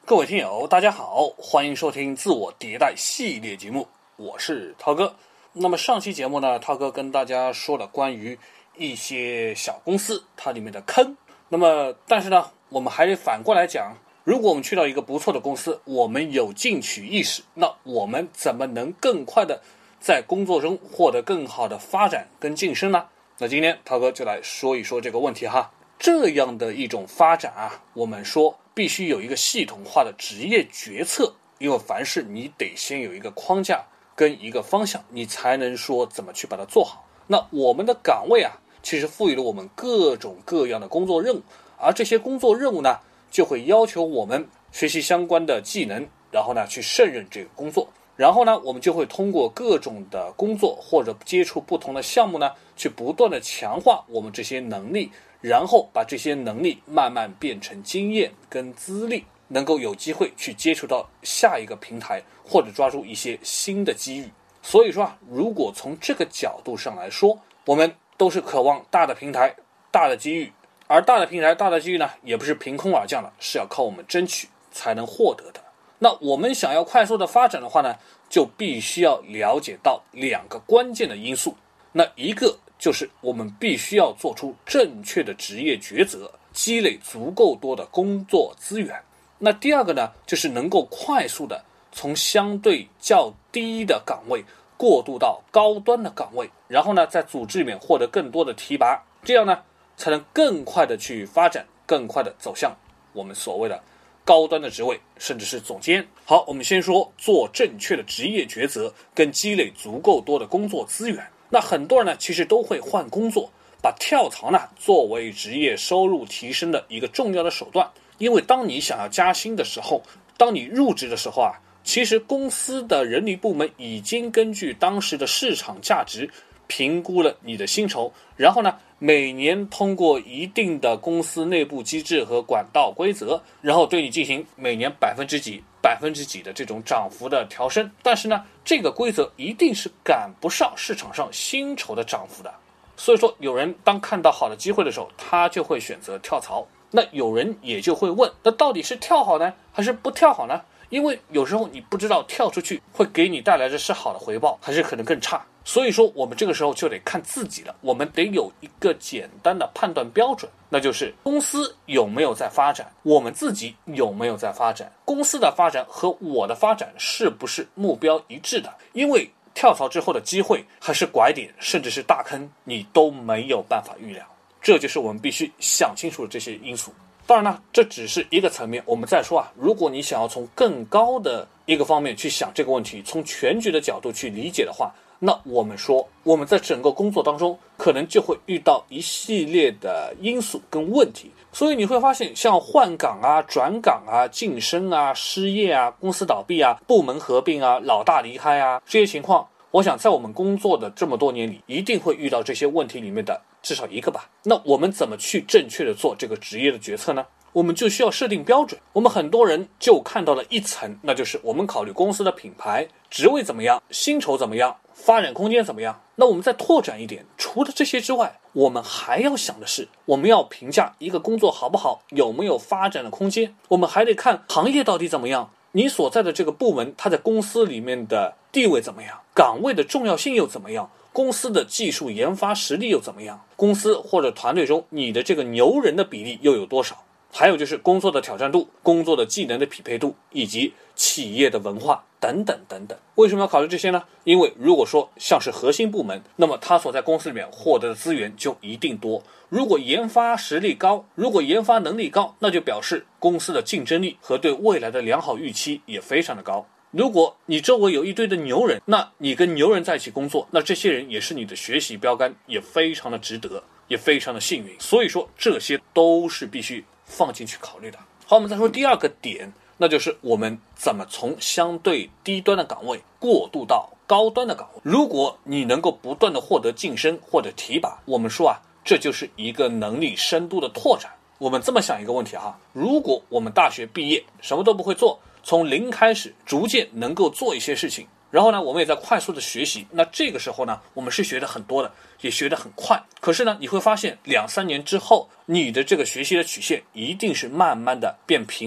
各位听友大家好，欢迎收听自我迭代系列节目，我是涛哥。那么上期节目呢，涛哥跟大家说了关于一些小公司它里面的坑。那么但是呢，我们还得反过来讲，如果我们去到一个不错的公司，我们有进取意识，那我们怎么能更快的在工作中获得更好的发展跟晋升呢？那今天涛哥就来说一说这个问题哈。这样的一种发展啊，我们说必须有一个系统化的职业决策，因为凡事你得先有一个框架跟一个方向，你才能说怎么去把它做好。那我们的岗位啊，其实赋予了我们各种各样的工作任务，而这些工作任务呢，就会要求我们学习相关的技能，然后呢去胜任这个工作。然后呢，我们就会通过各种的工作或者接触不同的项目呢，去不断的强化我们这些能力，然后把这些能力慢慢变成经验跟资历，能够有机会去接触到下一个平台，或者抓住一些新的机遇。所以说啊，如果从这个角度上来说，我们都是渴望大的平台、大的机遇，而大的平台、大的机遇呢，也不是凭空而降的，是要靠我们争取才能获得的。那我们想要快速的发展的话呢，就必须要了解到两个关键的因素。那一个就是我们必须要做出正确的职业抉择，积累足够多的工作资源。那第二个呢，就是能够快速的从相对较低的岗位过渡到高端的岗位，然后呢，在组织里面获得更多的提拔，这样呢，才能更快的去发展，更快的走向我们所谓的高端的职位，甚至是总监。好，我们先说做正确的职业抉择跟积累足够多的工作资源。那很多人呢，其实都会换工作，把跳槽呢作为职业收入提升的一个重要的手段。因为当你想要加薪的时候，当你入职的时候啊，其实公司的人力部门已经根据当时的市场价值评估了你的薪酬，然后呢，每年通过一定的公司内部机制和管道规则，然后对你进行每年百分之几的这种涨幅的调升。但是呢，这个规则一定是赶不上市场上薪酬的涨幅的。所以说，有人当看到好的机会的时候，他就会选择跳槽。那有人也就会问，那到底是跳好呢，还是不跳好呢？因为有时候你不知道跳出去会给你带来的是好的回报，还是可能更差。所以说我们这个时候就得看自己了，我们得有一个简单的判断标准，那就是公司有没有在发展，我们自己有没有在发展，公司的发展和我的发展是不是目标一致的。因为跳槽之后的机会还是拐点，甚至是大坑，你都没有办法预料。这就是我们必须想清楚的这些因素。当然呢，这只是一个层面。我们再说啊，如果你想要从更高的一个方面去想这个问题，从全局的角度去理解的话，那我们说我们在整个工作当中可能就会遇到一系列的因素跟问题。所以你会发现，像换岗啊、转岗啊、晋升啊、失业啊、公司倒闭啊、部门合并啊、老大离开啊，这些情况，我想在我们工作的这么多年里，一定会遇到这些问题里面的至少一个吧。那我们怎么去正确的做这个职业的决策呢？我们就需要设定标准。我们很多人就看到了一层，那就是我们考虑公司的品牌、职位怎么样、薪酬怎么样、发展空间怎么样。那我们再拓展一点，除了这些之外，我们还要想的是，我们要评价一个工作好不好，有没有发展的空间。我们还得看行业到底怎么样，你所在的这个部门，它在公司里面的地位怎么样，岗位的重要性又怎么样，公司的技术研发实力又怎么样，公司或者团队中你的这个牛人的比例又有多少，还有就是工作的挑战度、工作的技能的匹配度，以及企业的文化等等等等。为什么要考虑这些呢？因为如果说像是核心部门，那么他所在公司里面获得的资源就一定多。如果研发实力高，如果研发能力高，那就表示公司的竞争力和对未来的良好预期也非常的高。如果你周围有一堆的牛人，那你跟牛人在一起工作，那这些人也是你的学习标杆，也非常的值得，也非常的幸运。所以说这些都是必须放进去考虑的。好，我们再说第二个点，那就是我们怎么从相对低端的岗位过渡到高端的岗位。如果你能够不断的获得晋升或者提拔，我们说啊，这就是一个能力深度的拓展。我们这么想一个问题哈，如果我们大学毕业什么都不会做，从零开始逐渐能够做一些事情，然后呢我们也在快速的学习，那这个时候呢我们是学的很多的，也学得很快。可是呢你会发现2-3年之后，你的这个学习的曲线一定是慢慢的变平稳，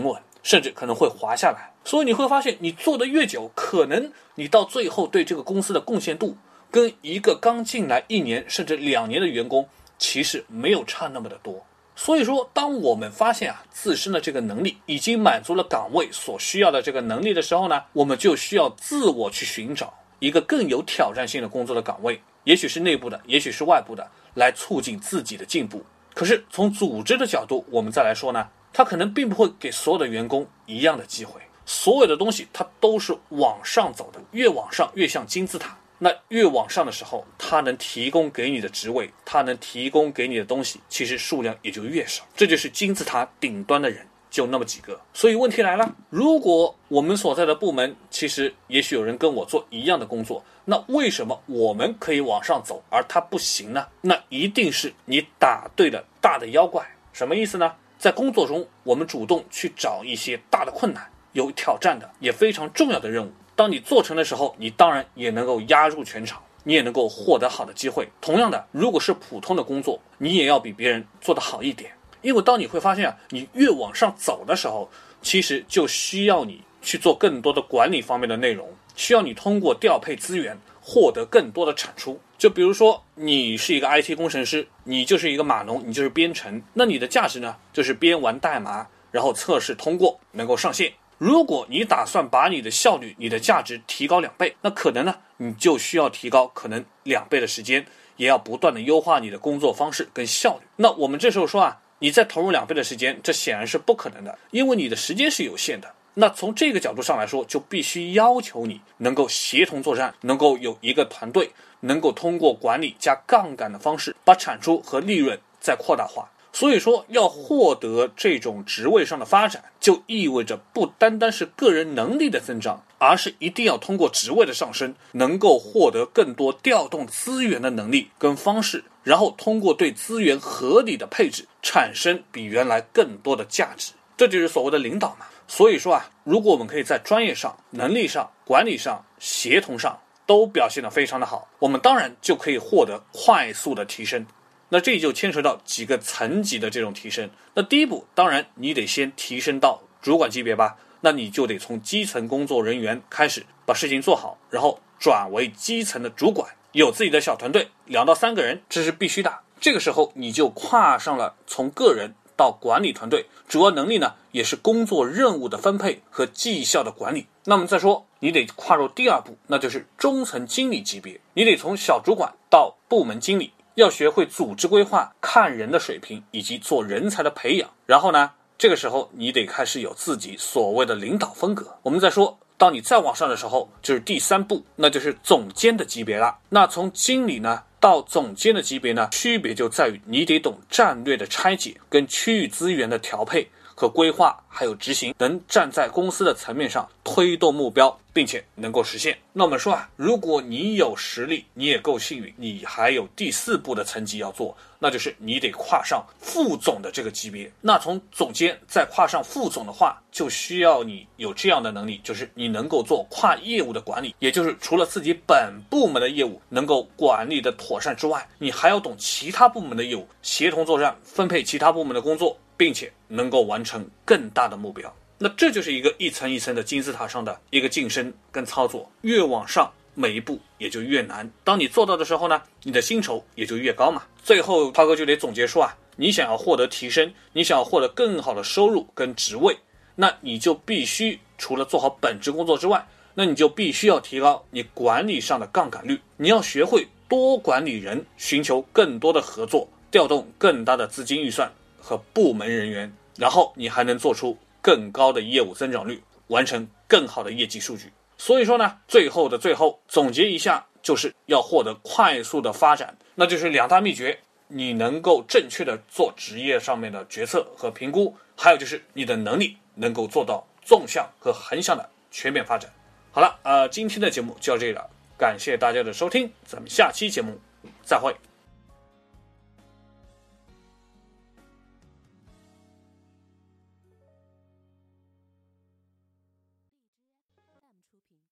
甚至可能会滑下来。所以你会发现，你做的越久，可能你到最后对这个公司的贡献度跟一个刚进来1年甚至2年的员工其实没有差那么的多。所以说，当我们发现自身的这个能力已经满足了岗位所需要的这个能力的时候呢，我们就需要自我去寻找一个更有挑战性的工作的岗位，也许是内部的，也许是外部的，来促进自己的进步。可是从组织的角度我们再来说呢，它可能并不会给所有的员工一样的机会，所有的东西它都是往上走的，越往上越像金字塔。那越往上的时候，它能提供给你的职位，它能提供给你的东西，其实数量也就越少。这就是金字塔顶端的人就那么几个。所以问题来了，如果我们所在的部门其实也许有人跟我做一样的工作，那为什么我们可以往上走，而他不行呢？那一定是你打对了大的妖怪。什么意思呢？在工作中，我们主动去找一些大的困难、有挑战的、也非常重要的任务。当你做成的时候，你当然也能够压入全场，你也能够获得好的机会。同样的，如果是普通的工作，你也要比别人做得好一点。因为当你会发现你越往上走的时候，其实就需要你去做更多的管理方面的内容，需要你通过调配资源获得更多的产出。就比如说你是一个 IT 工程师，你就是一个码农，你就是编程，那你的价值呢，就是编完代码，然后测试通过，能够上线。如果你打算把你的效率、你的价值提高2倍，那可能呢，你就需要提高可能2倍的时间，也要不断的优化你的工作方式跟效率。那我们这时候说你再投入2倍的时间，这显然是不可能的，因为你的时间是有限的。那从这个角度上来说，就必须要求你能够协同作战，能够有一个团队，能够通过管理加杠杆的方式，把产出和利润再扩大化。所以说，要获得这种职位上的发展，就意味着不单单是个人能力的增长，而是一定要通过职位的上升，能够获得更多调动资源的能力跟方式，然后通过对资源合理的配置，产生比原来更多的价值。这就是所谓的领导嘛。所以说如果我们可以在专业上、能力上、管理上、协同上都表现得非常的好，我们当然就可以获得快速的提升。那这就牵扯到几个层级的这种提升。那第一步，当然你得先提升到主管级别吧，那你就得从基层工作人员开始把事情做好，然后转为基层的主管，有自己的小团队，2到3个人，这是必须的。这个时候你就跨上了从个人到管理团队，主要能力呢也是工作任务的分配和绩效的管理。那么再说，你得跨入第2步，那就是中层经理级别，你得从小主管到部门经理，要学会组织规划、看人的水平以及做人才的培养。然后呢，这个时候你得开始有自己所谓的领导风格。我们再说，当你再往上的时候，就是第3步，那就是总监的级别了。那从经理呢到总监的级别呢，区别就在于你得懂战略的拆解跟区域资源的调配和规划，还有执行，能站在公司的层面上推动目标，并且能够实现。那我们说如果你有实力，你也够幸运，你还有第4步的层级要做，那就是你得跨上副总的这个级别。那从总监再跨上副总的话，就需要你有这样的能力，就是你能够做跨业务的管理，也就是除了自己本部门的业务能够管理的妥善之外，你还要懂其他部门的业务，协同作战，分配其他部门的工作，并且能够完成更大的目标。那这就是一个一层一层的金字塔上的一个晋升跟操作，越往上每一步也就越难。当你做到的时候呢，你的薪酬也就越高嘛。最后涛哥就得总结说你想要获得提升，你想要获得更好的收入跟职位，那你就必须除了做好本职工作之外，那你就必须要提高你管理上的杠杆率。你要学会多管理人，寻求更多的合作，调动更大的资金预算和部门人员，然后你还能做出更高的业务增长率，完成更好的业绩数据。所以说呢，最后的最后总结一下，就是要获得快速的发展，那就是2大秘诀，你能够正确的做职业上面的决策和评估，还有就是你的能力能够做到纵向和横向的全面发展。好了今天的节目就到这里了，感谢大家的收听，咱们下期节目再会。